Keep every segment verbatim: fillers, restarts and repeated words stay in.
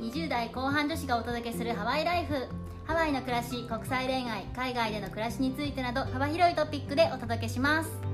にじゅう代後半女子がお届けするハワイライフ。ハワイの暮らし、国際恋愛、海外での暮らしについてなど幅広いトピックでお届けします。こ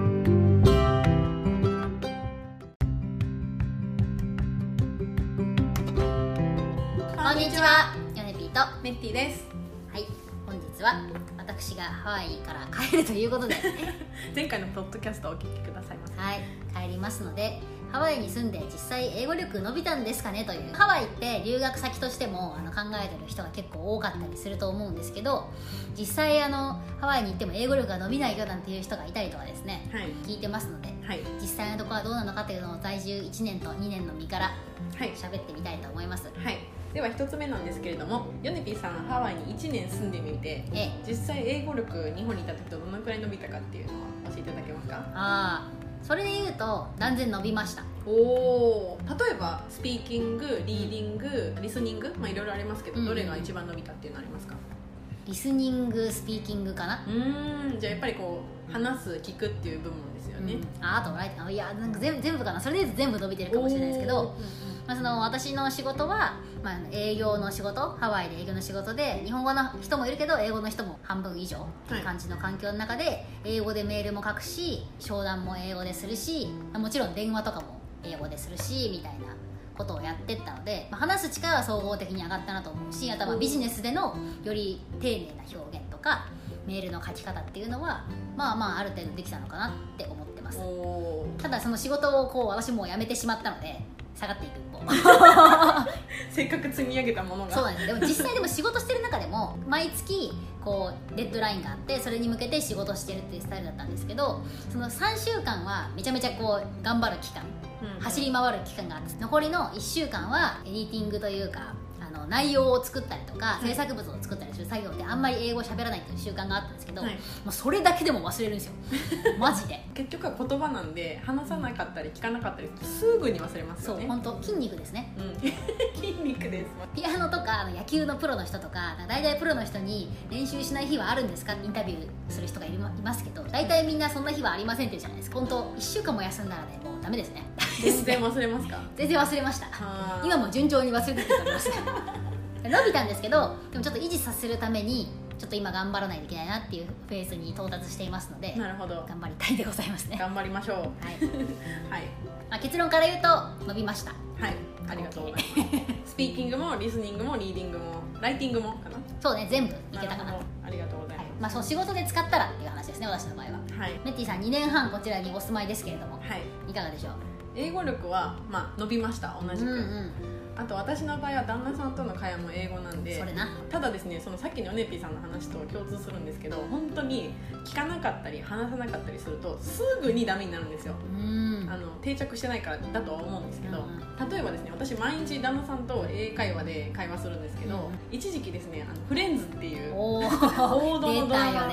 んにちは、ヨネピーとメッティです。 はい、本日は私がハワイから帰るということで前回のポッドキャストをお聞きくださいませ。 はい、帰りますので、ハワイに住んで実際英語力伸びたんですかねという。ハワイって留学先としてもあの考えてる人が結構多かったりすると思うんですけど、実際あのハワイに行っても英語力が伸びないよなんていう人がいたりとかですね、はい、聞いてますので、はい、実際のところはどうなのかというのを在住いちねんとにねんの身から喋ってみたいと思います。 はい、ではひとつめなんですけれども、ヨネピーさんハワイにいちねん住んでみて、ええ、実際英語力日本にいた時とどのくらい伸びたかっていうのを教えていただけますか？ ああ、それで言うと断然伸びました。 おお、例えばスピーキング、リーディング、リスニング、まあいろいろありますけど、うん、どれが一番伸びたっていうのありますか？ リスニング、スピーキングかな。 うーん、じゃあやっぱりこう話す、聞くっていう部門ですよね。うん、 あ、あとライティング、いやなんか全部全部かな。それで言うと全部伸びてるかもしれないですけど、まあ、その私の仕事は、まあ、営業の仕事、ハワイで営業の仕事で、日本語の人もいるけど英語の人も半分以上っていう感じの環境の中で、はい、英語でメールも書くし、商談も英語でするし、もちろん電話とかも英語でするしみたいなことをやってったので、まあ、話す力は総合的に上がったなと思うし、あとはビジネスでのより丁寧な表現とかメールの書き方っていうのはまあまあある程度できたのかなって思ってます。ただその仕事をこう私もう辞めてしまったので下がっていく一方せっかく積み上げたものが。 そうなんです。でも実際でも仕事してる中でも毎月こうデッドラインがあって、それに向けて仕事してるっていうスタイルだったんですけど、そのさんしゅうかんはめちゃめちゃこう頑張る期間、うんうん、走り回る期間があって、残りのいっしゅうかんはエディティングというかあの内容を作ったりとか制作物を作ったりする作業であんまり英語を喋らないという習慣があったんですけど、はい、もうそれだけでも忘れるんですよマジで。 結局は言葉なんで話さなかったり聞かなかったりすぐに忘れますよね。 そう、本当筋肉ですね、うん、 筋肉です。 ピアノとか野球のプロの人とか大体プロの人に練習しない日はあるんですかってインタビューする人がいますけど、大体みんなそんな日はありませんって言うじゃないですか。本当いっしゅうかんも休んだらね、もうダメですね。 全然忘れますか？ 全然忘れました。今も順調に忘れてきております伸びたんですけど、でもちょっと維持させるためにちょっと今頑張らないといけないなっていうフェーズに到達していますので、 なるほど、 頑張りたいでございますね。 頑張りましょう。はい、 はい、まあ、結論から言うと伸びました。 はい、ありがとうございますスピーキングもリスニングもリーディングもライティングもかな。 そうね、全部いけたかな。 ありがとうございます。はい、 まあ、そう仕事で使ったらっていう話ですね、私の場合は。はい、メッティさんにねんはんこちらにお住まいですけれども、はい、いかがでしょう？ 英語力は、まあ、伸びました、同じく。うんうん、あと私の場合は旦那さんとの会話も英語なんで、それな。ただですね、そのさっきのヨネピーさんの話と共通するんですけど、本当に聞かなかったり話さなかったりするとすぐにダメになるんですよ。うんあの定着してないからだとは思うんですけど、うん、例えばですね、私毎日旦那さんと英会話で会話するんですけど、うん、一時期ですね、あのフレンズっていう王道のドラマ、はい、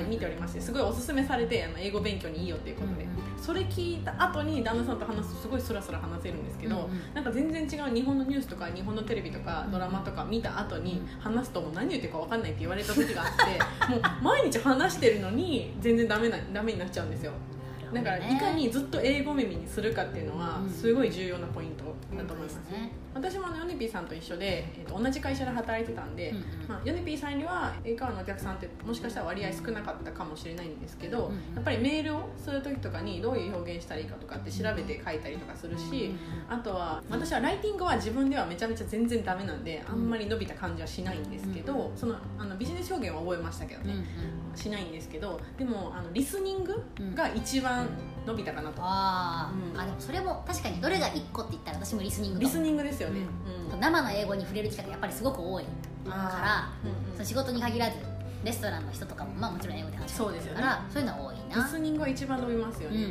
見ておりまして、すごいおすすめされて、あの英語勉強にいいよっていうことで、うん、それ聞いた後に旦那さんと話すとすごいスラスラ話せるんですけど、うん、なんか全然違う日本のニュースとか日本のテレビとかドラマとか見た後に話すともう何言ってるか分かんないって言われた時があってもう毎日話してるのに全然ダメなダメになっちゃうんですよ。だからいかにずっと英語耳にするかっていうのはすごい重要なポイントだと思います、うん、ね、私もヨネピーさんと一緒で、えー、と同じ会社で働いてたんで、うんうん、まあ、ヨネピーさんには英会話のお客さんってもしかしたら割合少なかったかもしれないんですけど、うんうん、やっぱりメールをする時とかにどういう表現したらいいかとかって調べて書いたりとかするし、あとは私はライティングは自分ではめちゃめちゃ全然ダメなんであんまり伸びた感じはしないんですけど、そのあのビジネス表現は覚えましたけどね、うんうん、しないんですけど、でもあのリスニングが一番伸びたかなと。 あ、うん、あでもそれも確かにどれがいっこって言ったら私もリスニングリスニングですよね、 うんうん、生の英語に触れる機会がやっぱりすごく多いから、うんうん、その仕事に限らずレストランの人とかも、まあ、もちろん英語で話してるから、そういうのは多いな。 リスニングは一番伸びますよね、うんうん、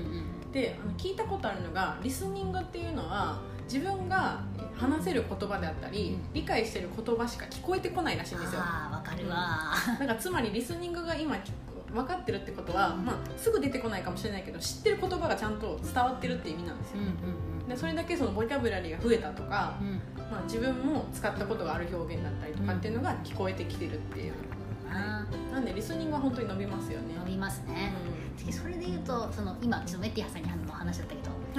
であの聞いたことあるのが、リスニングっていうのは自分が話せる言葉であったり、うん、理解してる言葉しか聞こえてこないらしいんですよ。 あー、わかるわ。 なんかつまりリスニングが今分かってるってことは、まあ、すぐ出てこないかもしれないけど知ってる言葉がちゃんと伝わってるって意味なんですよ、うんうんうん、でそれだけそのボキャブラリーが増えたとか、うん、まあ、自分も使ったことがある表現だったりとかっていうのが聞こえてきてるっていう、うん、はい、なんでリスニングは本当に伸びますよね。 伸びますね、うん、それでいうとその今ちょっとメッティハさんにの話だったけど、はい、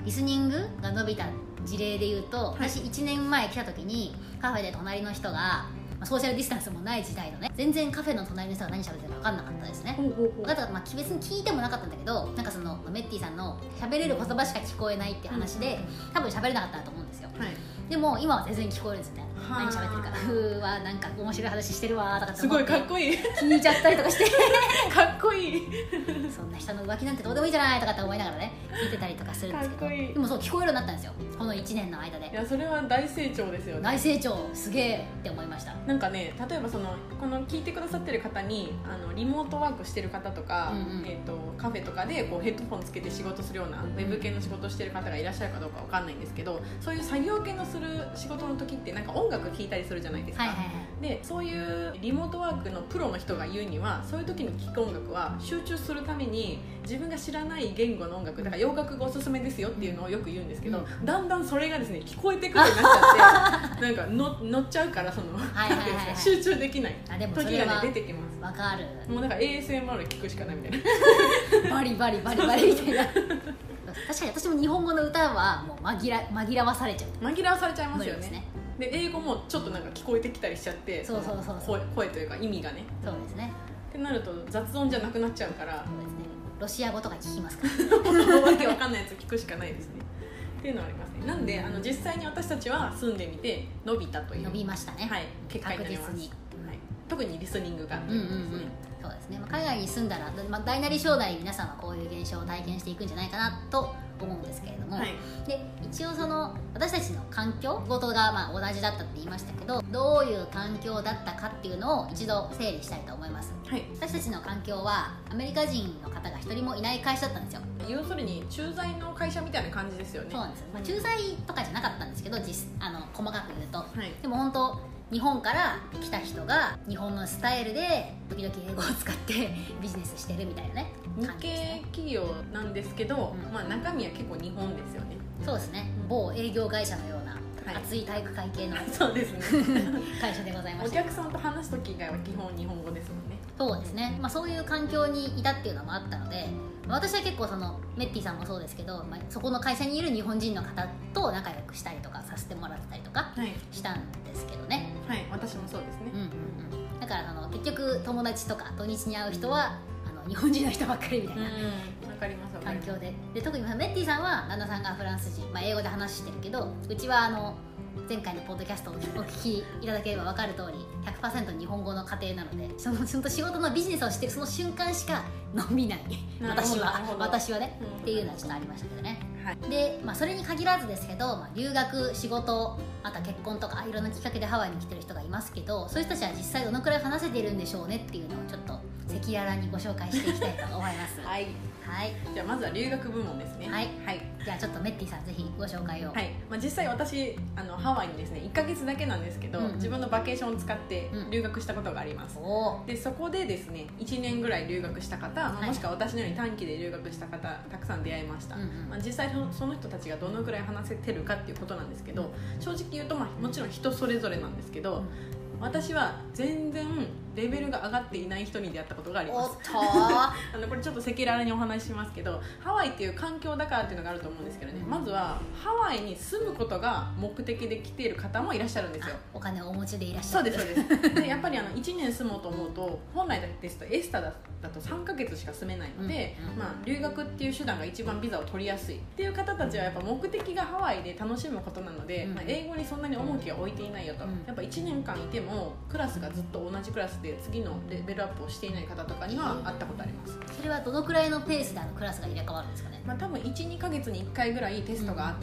リスニングが伸びた事例でいうと、はい、私いちねんまえ来た時にカフェで隣の人がソーシャルディスタンスもない時代のね、全然カフェの隣の人が何喋ってるか分かんなかったですね。分かった、まあ、別に聞いてもなかったんだけど、なんかそのメッティさんの喋れる言葉しか聞こえないって話で、多分喋れなかったと思うんですよ、はい、でも今は全然聞こえるんですね。何喋ってるか、うーわなんか面白い話してるわとかって思って、 すごいかっこいい聞いちゃったりとかしてかっこいいそんな人の浮気なんてどうでもいいじゃないとかって思いながらね聞いてたりとかするんですけど、かっこいい。でもそう聞こえるようになったんですよ、このいちねんの間で。 いやそれは大成長ですよね。 大成長すげえって思いました。 なんかね、例えばそのこの聞いてくださってる方にあのリモートワークしてる方とか、うんうん、えー、とカフェとかでこうヘッドホンつけて仕事するようなウェブ系の仕事をしてる方がいらっしゃるかどうかわかんないんですけど、そういう作業系のする仕事の時ってなんか音楽聴いたりするじゃないですか、はいはいはい、でそういうリモートワークのプロの人が言うには、そういう時に聴く音楽は集中するために自分が知らない言語の音楽だから洋楽がおすすめですよっていうのをよく言うんですけど、うん、だんだんそれがですね聞こえてくるようになっちゃってなんかの乗っちゃうから、その、はいはいはいはい、集中できない時が、ね、出てきます。 わかる。 もうなんか エーエスエムアール 聞くしかないみたいなバリバリバリバリみたいな確かに私も日本語の歌はもう紛ら紛らわされちゃう紛らわされちゃいますよね。で英語もちょっとなんか聞こえてきたりしちゃって、 そうそうそうそう、 声、声というか意味がね。 そうですね。 ってなると雑音じゃなくなっちゃうから、 そうですね、ロシア語とか聞きますからわけわかんないやつ聞くしかないですねっていうのはありますね。なんであの実際に私たちは住んでみて伸びたという、 伸びましたね、 はい、結果になります。確実に、はい、特にリスニングがっていうことですね、うんうんうん、 そうですね、まあ、海外に住んだら、まあ、大なり小なり皆さんはこういう現象を体験していくんじゃないかなと思うんですけれども、はい、で一応その私たちの環境仕事がまあ同じだったって言いましたけど、どういう環境だったかっていうのを一度整理したいと思います、はい、私たちの環境はアメリカ人の方が一人もいない会社だったんですよ。 要するに駐在の会社みたいな感じですよね。 そうなんですよ、まあ、駐在とかじゃなかったんですけど、実あの細かく言うと、はい、でも本当日本から来た人が日本のスタイルで時々英語を使ってビジネスしてるみたいなね、 日系企業なんですけど、うん、まあ、中身は結構日本ですよね。 そうですね、某営業会社のような熱い体育会系の、はい、 そうですね会社でございました。お客さんと話す時以外は基本日本語ですもんね。 そうですね、まあ、そういう環境にいたっていうのもあったので、私は結構そのメッティさんもそうですけど、まあ、そこの会社にいる日本人の方と仲良くしたりとかさせてもらったりとかしたんですけどね。 はい、私もそうですね、 うんうんうん、だからあの結局友達とか土日に会う人はあの日本人の人ばっかりみたいな、うん、 わかります、 環境で、で特にメッティさんは旦那さんがフランス人、まあ、英語で話してるけど、うちはあの前回のポッドキャストをお聞きいただければ分かる通り ひゃくパーセント 日本語の家庭なので、そのその仕事のビジネスをしてるその瞬間しか伸びない私は私はね、っていうのはちょっとありましたけどね、はい、で、まあ、それに限らずですけど、まあ、留学、仕事、あとは結婚とかいろんなきっかけでハワイに来てる人がいますけど、そういう人たちは実際どのくらい話せているんでしょうねっていうのをちょっと赤裸々にご紹介していきたいと思いますはい、はい、じゃあまずは留学部門ですね。 はい、はい、じゃあちょっとメッティさんぜひご紹介を。 はい、まあ、実際私あのハワイにですねいっかげつだけなんですけど、うんうん、自分のバケーションを使って留学したことがあります、うん、でそこでですねいちねんぐらい留学した方、まあ、もしくは私のように短期で留学した方たくさん出会いました、うんうん、まあ、実際その人たちがどのくらい話せてるかっていうことなんですけど、正直言うと、まあ、もちろん人それぞれなんですけど、うん、私は全然レベルが上がっていない人に出会ったことがあります。おっとあのこれちょっと赤裸々にお話ししますけど、ハワイっていう環境だからっていうのがあると思うんですけどね、まずはハワイに住むことが目的で来ている方もいらっしゃるんですよ。 お金をお持ちでいらっしゃる。 そうですそうですでやっぱりあのいちねん住もうと思うと、本来ですとエスタだとさんかげつしか住めないので、うんうん、まあ、留学っていう手段が一番ビザを取りやすいっていう方たちはやっぱ目的がハワイで楽しむことなので、うん、まあ、英語にそんなに重きは置いていないよと、うん、やっぱいちねんかんいてもクラスがずっと同じクラスで次のレベルアップをしていない方とかには会ったことあります。 それはどのくらいのペースであのクラスが入れ替わるんですかね。 まあ、多分 いちにかげつにいっかいぐらいテストがあって、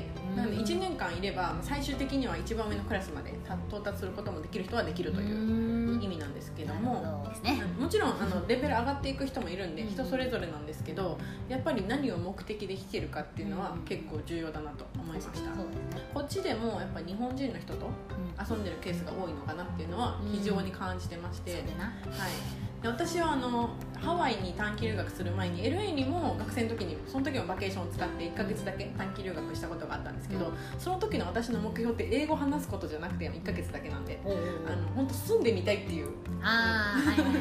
うん、なのでいちねんかんいれば最終的には一番上のクラスまで到達することもできる人はできるという意味なんですけども、 ですね、 もちろんあのレベル上がっていく人もいるんで人それぞれなんですけど、やっぱり何を目的で来てるかっていうのは結構重要だなと思いました。そうですね、こっちでもやっぱ日本人の人と遊んでるケースが多いのかなっていうのは非常に感じてまして、うん、はい、で私はあのハワイに短期留学する前に エルエー にも学生の時にその時のバケーションを使っていっかげつだけ短期留学したことがあったんですけど、うん、その時の私の目標って英語を話すことじゃなくていっかげつだけなんで、あの本当住んでみたいっていう、 あ、はいはいはいはい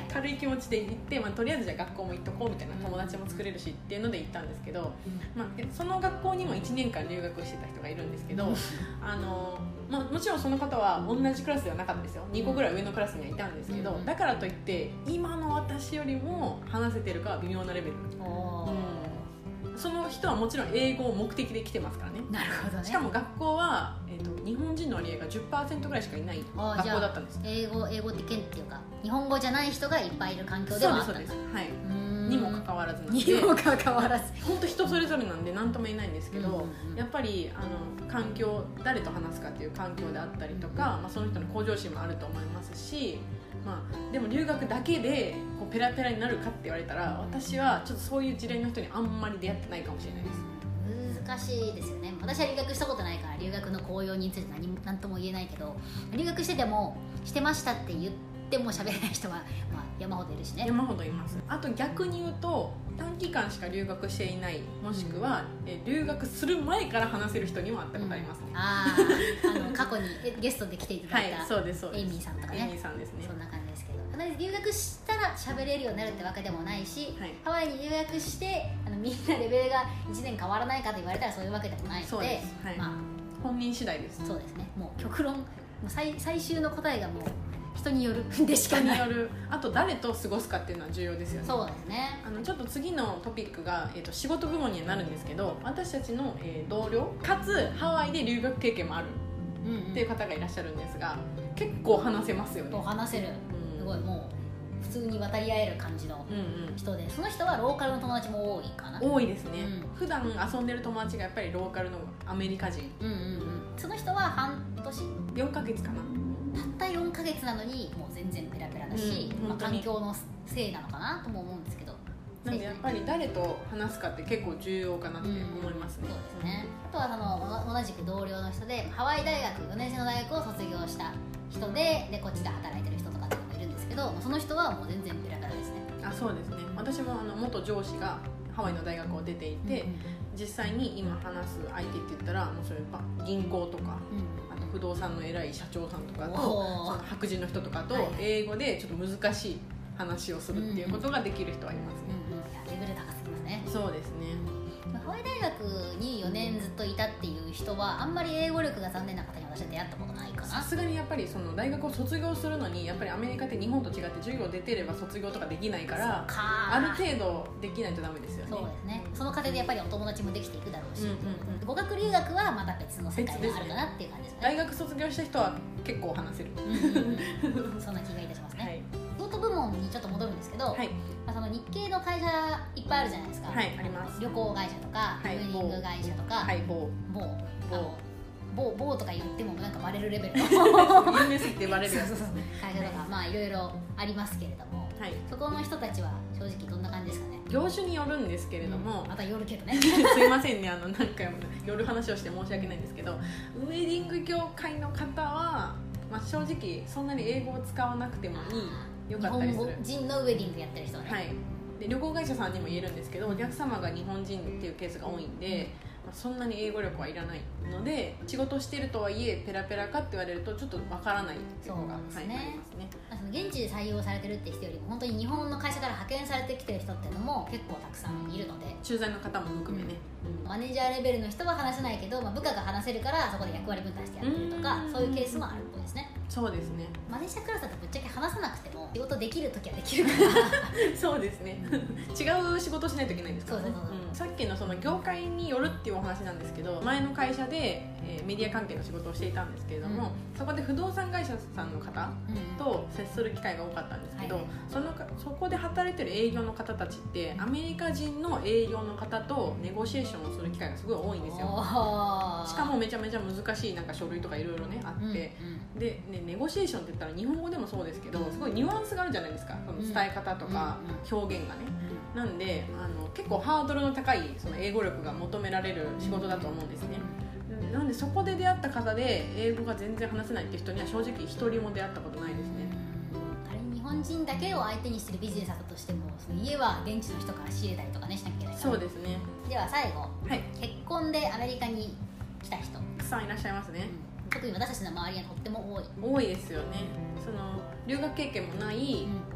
軽い気持ちで行って、まあ、とりあえずじゃあ学校も行っとこうみたいな、友達も作れるしっていうので行ったんですけど、まあ、その学校にもいちねんかん留学してた人がいるんですけどあの、まあ、もちろんその方は同じクラスではなかったですよ。にこぐらい上のクラスにはいたんですけど、だからといって今の私よりも話せてるかは微妙なレベル。うん、その人はもちろん英語を目的で来てますからね。 なるほどね。 しかも学校は、えーと、日本人の割合が じゅっパーセント ぐらいしかいない学校だったんです。 英語英語って県っていうか日本語じゃない人がいっぱいいる環境ではあったんだ。 そうですそうです、はい、にもかかわらずなんで、 にもかかわらず本当人それぞれなんで何とも言えないんですけど、うんうん、やっぱりあの環境、誰と話すかっていう環境であったりとか、まあ、その人の向上心もあると思いますし、まあ、でも留学だけでこうペラペラになるかって言われたら、私はちょっとそういう事例の人にあんまり出会ってないかもしれないです。 難しいですよね。私は留学したことないから留学の効用について何も何とも言えないけど、留学しててもしてましたって言っても喋れない人は、まあ、山ほどいるしね。 山ほどいます。あと逆に言うと短期間しか留学していない、もしくは、うん、え留学する前から話せる人にも会ったことありますね、うん、 ああの過去にゲストで来ていただいた、はい、 そうですそうです、 エイミーさんとかね。 エイミーさんですね。 そんな感じですけど、留学したら喋れるようになるってわけでもないし、はい、ハワイに留学してあのみんなレベルがいちねん変わらないかと言われたらそういうわけでもないので、そうです、はい、まあ、 本人次第です。 そうですね。もう極論、もう 最, 最終の答えがもう人によるでしかない。 人による。あと誰と過ごすかっていうのは重要ですよね。 そうですね。 あのちょっと次のトピックが、えー、と仕事部門にはなるんですけど、私たちの、えー、同僚かつハワイで留学経験もあるっていう方がいらっしゃるんですが、結構話せますよね。 話せる、うん、すごいもう普通に渡り合える感じの人で、うんうん、その人はローカルの友達も多いかな。 多いですね、うん、普段遊んでる友達がやっぱりローカルのアメリカ人、 うんうんうん、その人は半年よんかげつかな、 たったよんかげつなのにもう全然ペラペラだし、うん、まあ、環境のせいなのかなとも思うんですけど、 なんでやっぱり誰と話すかって結構重要かなって思いますね、 うん、そうですね。あとはその同じく同僚の人でハワイ大学よねん生の大学を卒業した人で、でこっちで働いてる人とかっていうのもいるんですけど、その人はもう全然ペラペラですね。 あ、そうですね。私もあの元上司がハワイの大学を出ていて、うんうん、実際に今話す相手って言ったらもうそれ銀行とか、うん、あと不動産の偉い社長さんとかと、その白人の人とかと英語でちょっと難しい話をするっていうことができる人はいますね、 うんうんうん、いやレベル高すぎますね。 そうですね。 ハワイ大学によねんずっといたっていう人はあんまり英語力が残念な方に私は出会ったことないかな。 さすがにやっぱりその大学を卒業するのにやっぱりアメリカって日本と違って授業出てれば卒業とかできないから、ある程度できないとダメですよね。 そうですね。その過程でやっぱりお友達もできていくだろうし、うんうんうん、語学留学はまた別の世界があるかなっていう感じですね。 大学卒業した人は結構話せる、 うんうん、そんな気がいたしますね、はい。仕事部門にちょっと戻るんですけど、はい、まあ、その日系の会社いっぱいあるじゃないですか。 はい、あります。 旅行会社とか、はい、ウェディング会社とか、 はい、某某某某某とか言ってもなんかバレるレベルの有名すぎてバレるやつですね。 会社とか、はい、まあいろいろありますけれども、はい、そこの人たちは正直どんな感じですかね。 業種によるんですけれども、 うん、またよるけどねすいませんね、あの何回も夜話をして申し訳ないんですけど、ウェディング業界の方は、まあ、正直そんなに英語を使わなくてもいい、よかったりする。 日本人のウェディングやってる人ね、 はい、で旅行会社さんにも言えるんですけど、お客様が日本人っていうケースが多いんで、まあ、そんなに英語力はいらないので、仕事してるとはいえペラペラかって言われるとちょっとわからないっていうのが、 そうですね、 はい、ありますね。 その現地で採用されてるって人よりも本当に日本の会社から派遣されてきてる人っていうのも結構たくさんいるので、 駐在の方も含めね、 うん、マネージャーレベルの人は話せないけど、まあ、部下が話せるからそこで役割分担してやってるとか、そういうケースもあるっぽいですね。 そうですね。 マネージャークラスだとぶっちゃけ話さなくても仕事できるときはできるからそうですね違う仕事しないといけないんですからね。そうそうそう、うん、さっきのその業界によるっていうお話なんですけど、前の会社で、えー、メディア関係の仕事をしていたんですけれども、うん、そこで不動産会社さんの方と接する機会が多かったんですけど、うん、そのそこで働いてる営業の方たちってアメリカ人の営業の方とネゴシエーションをする機会がすごい多いんですよ。しかもめちゃめちゃ難しいなんか書類とかいろいろねあって、うんうん、で、ね、ネゴシエーションって言ったら日本語でもそうですけどすごいニュアンスがあるじゃないですか、その伝え方とか表現がね、うんうん、なんであの結構ハードルの高いその英語力が求められる仕事だと思うんですね。なんでそこで出会った方で英語が全然話せないっていう人には正直一人も出会ったことないですね。 あれ日本人だけを相手にしてるビジネスだったとしても、その家は現地の人から仕入れたりとかねしなきゃいけないから。 そうですね。 では最後、はい、結婚でアメリカに来た人たくさんいらっしゃいますね、 うん、特に私たちの周りにはとっても多い多いですよね。その留学経験もない、うん、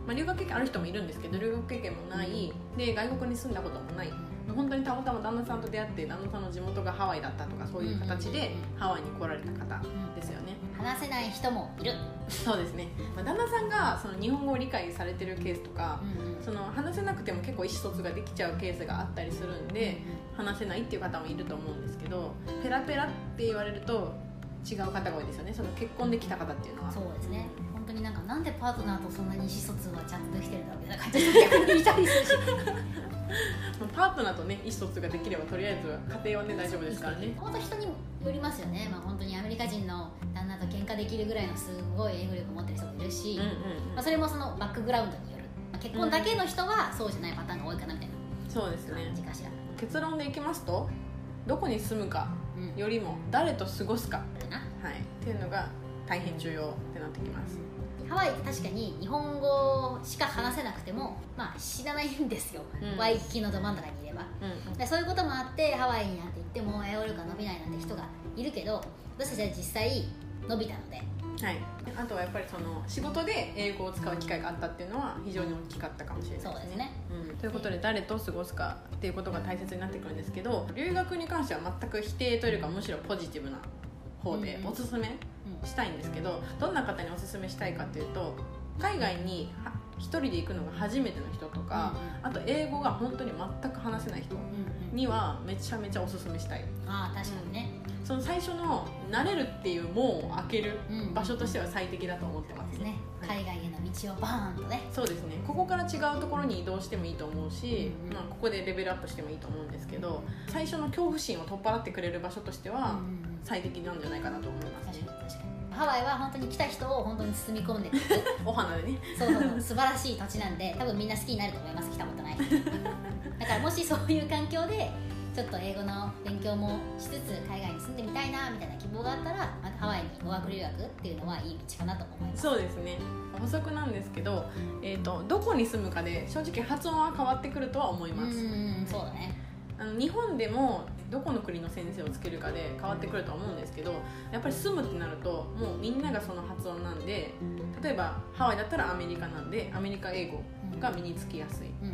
まあ、留学経験ある人もいるんですけど留学経験もないで外国に住んだこともない、本当にたまたま旦那さんと出会って旦那さんの地元がハワイだったとかそういう形でハワイに来られた方ですよね。 話せない人もいる。 そうですね、まあ、旦那さんがその日本語を理解されてるケースとか、うんうん、その話せなくても結構意思疎通ができちゃうケースがあったりするんで、うんうん、話せないっていう方もいると思うんですけど、ペラペラって言われると違う方が多いですよね。その結婚できた方っていうのは。 そうですね、本当になんかなんでパートナーとそんなに意思疎通はちゃんとできてるんだみたいな感じで逆にいたりするしパートナーとね意思疎通ができればとりあえず家庭はね大丈夫ですからね。 本当人によりますよね。まあ、本当にアメリカ人の旦那と喧嘩できるぐらいのすごい英語力を持ってる人もいるし、うんうんうん、まあ、それもそのバックグラウンドによる、まあ、結婚だけの人はそうじゃないパターンが多いかなみたいな、 うん、そうですね。 感じかしら。 結論でいきますとどこに住むかよりも誰と過ごすか、うん、はい、っていうのが大変重要ってなってきます。 ハワイって確かに日本語しか話せなくても、まあ、知らないんですよ、うん、ワイキキのど真ん中にいれば、うんうん、でそういうこともあってハワイになんて言っても英語力が伸びないなんて人がいるけど、私たちは実際伸びたので、 はい、あとはやっぱりその仕事で英語を使う機会があったっていうのは非常に大きかったかもしれないですね。 そうですね、 うん、ということで誰と過ごすかっていうことが大切になってくるんですけど、留学に関しては全く否定というかむしろポジティブな方でおすすめしたいんですけど、どんな方におすすめしたいかというと、海外に一人で行くのが初めての人とか、あと英語が本当に全く話せない人にはめちゃめちゃおすすめしたい。 ああ確かにね、 うん、その最初の慣れるっていう門を開ける場所としては最適だと思ってますね、 うん、海外への道をバーンとね。 そうですね、ここから違うところに移動してもいいと思うし、うんうん、まあ、ここでレベルアップしてもいいと思うんですけど、最初の恐怖心を取っ払ってくれる場所としては最適なんじゃないかなと思いますね。 確かに確かにハワイは本当に来た人を本当に包み込んでくるお花でねそうそうそう、素晴らしい土地なんで多分みんな好きになると思います、来たことないだからもしそういう環境でちょっと英語の勉強もしつつ海外に住んでみたいなみたいな希望があったら、まあ、ハワイに語学留学っていうのはいい道かなと思います。 そうですね、補足なんですけど、えーと、どこに住むかで正直発音は変わってくるとは思います。 うん、そうだね。 あの日本でもどこの国の先生をつけるかで変わってくるとは思うんですけど、やっぱり住むってなるともうみんながその発音なんで、例えばハワイだったらアメリカなんでアメリカ英語が身につきやすい、うん、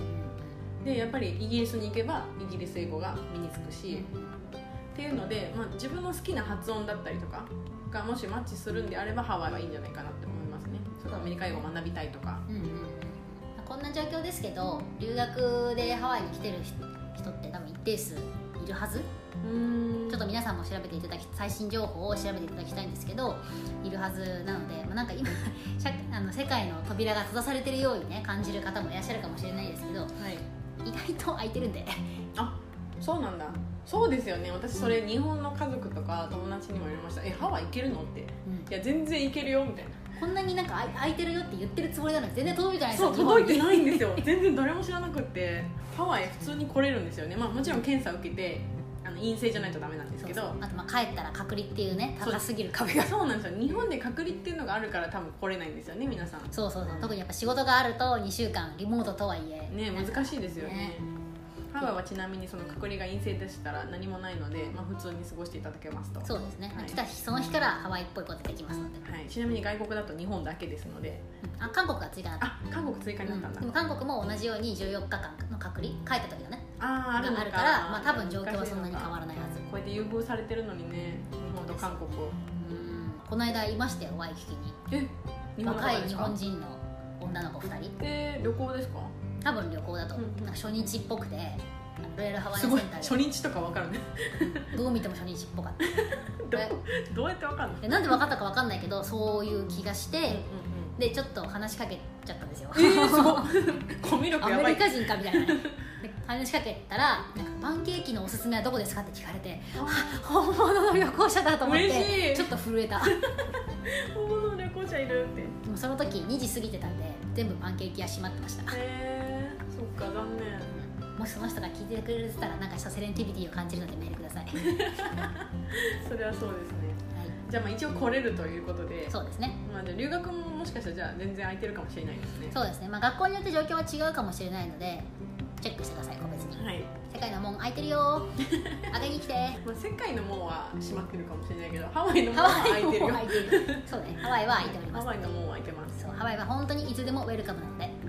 でやっぱりイギリスに行けばイギリス英語が身につくし、うん、っていうので、まあ、自分の好きな発音だったりとかがもしマッチするんであればハワイはいいんじゃないかなって思いますね。そのアメリカ英語を学びたいとか、うんうんうん、 こんな状況ですけど留学でハワイに来てる人って多分一定数いるはず。うーん、ちょっと皆さんも調べていただき最新情報を調べていただきたいんですけど、いるはずなので、まあ、なんか今あの世界の扉が閉ざされてるようにね感じる方もいらっしゃるかもしれないですけど、はい、意外と空いてるんであ、そうなんだ。そうですよね。私それ日本の家族とか友達にも言われました。え、ハワイ行けるのって、うん、いや全然行けるよみたいな。 こんなになんか空いてるよって言ってるつもりなのに全然届いてないんですよ。 そう、届いてないんですよ全然誰も知らなくってハワイ普通に来れるんですよね。まあもちろん検査を受けてあの陰性じゃないとダメなんですけど、 そうそう、あとまあ帰ったら隔離っていうね高すぎる壁がそうなんですよ。日本で隔離っていうのがあるから多分来れないんですよね皆さん。 そうそうそう、特にやっぱ仕事があるとにしゅうかんリモートとはいえね難しいですよね。ね、ハワイはちなみにその隔離が陰性でしたら何もないので、まあ、普通に過ごしていただけますと。 そうですね、はい、来た日その日からハワイっぽいことできますので、 はい、ちなみに外国だと日本だけですので、 うん、あ韓国が追加になった。 あ、韓国追加になったんだ、 うん、でも韓国も同じようにじゅうよっかかんの隔離帰った時のねああるのかがあるから、まあ、多分状況はそんなに変わらないはず。 こうやって優遇されてるのにね日本と韓国を。 うん、この間いましたよワイキキに。 え、日本若い日本人の女の子ふたり。 えー、旅行ですか？ 多分旅行だと、うん、なんか初日っぽくてロイヤルハワイアンセンターで初日とか分かるねどう見ても初日っぽかったど, どうやって分かるの？ なんで分かったか分かんないけどそういう気がして、うんうんうん、でちょっと話しかけちゃったんですよ。 えー、すごいコミュ力やばい。 アメリカ人かみたいなで話しかけたらなんかパンケーキのおすすめはどこですかって聞かれて、本物の旅行者だと思ってちょっと震えた本物の旅行者いるって。 でもその時にじ過ぎてたんで全部パンケーキ屋閉まってました。 へえー、そっか残念。 もしその人が聞いてくれてたらなんかセレンティビティを感じるのでメールくださいそれはそうですね、はい、じゃあまあ一応来れるということで。 そうですね、 まあ、じゃあ留学ももしかしたらじゃあ全然空いてるかもしれないですね。 そうですね、まあ、学校によって状況は違うかもしれないのでチェックしてください個別に、 はい、 世界の門開いてるよ開けに来てまあ世界の門は閉まってるかもしれないけどハワイの門は開いてるよそうね、ハワイは開いております。 ハワイの門は開いてます。 そう、ハワイは本当にいつでもウェルカムなので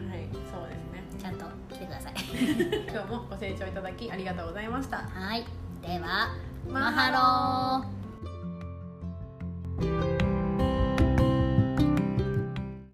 ちゃんと来てください今日もご清聴いただきありがとうございました。 はい、ではマハロー。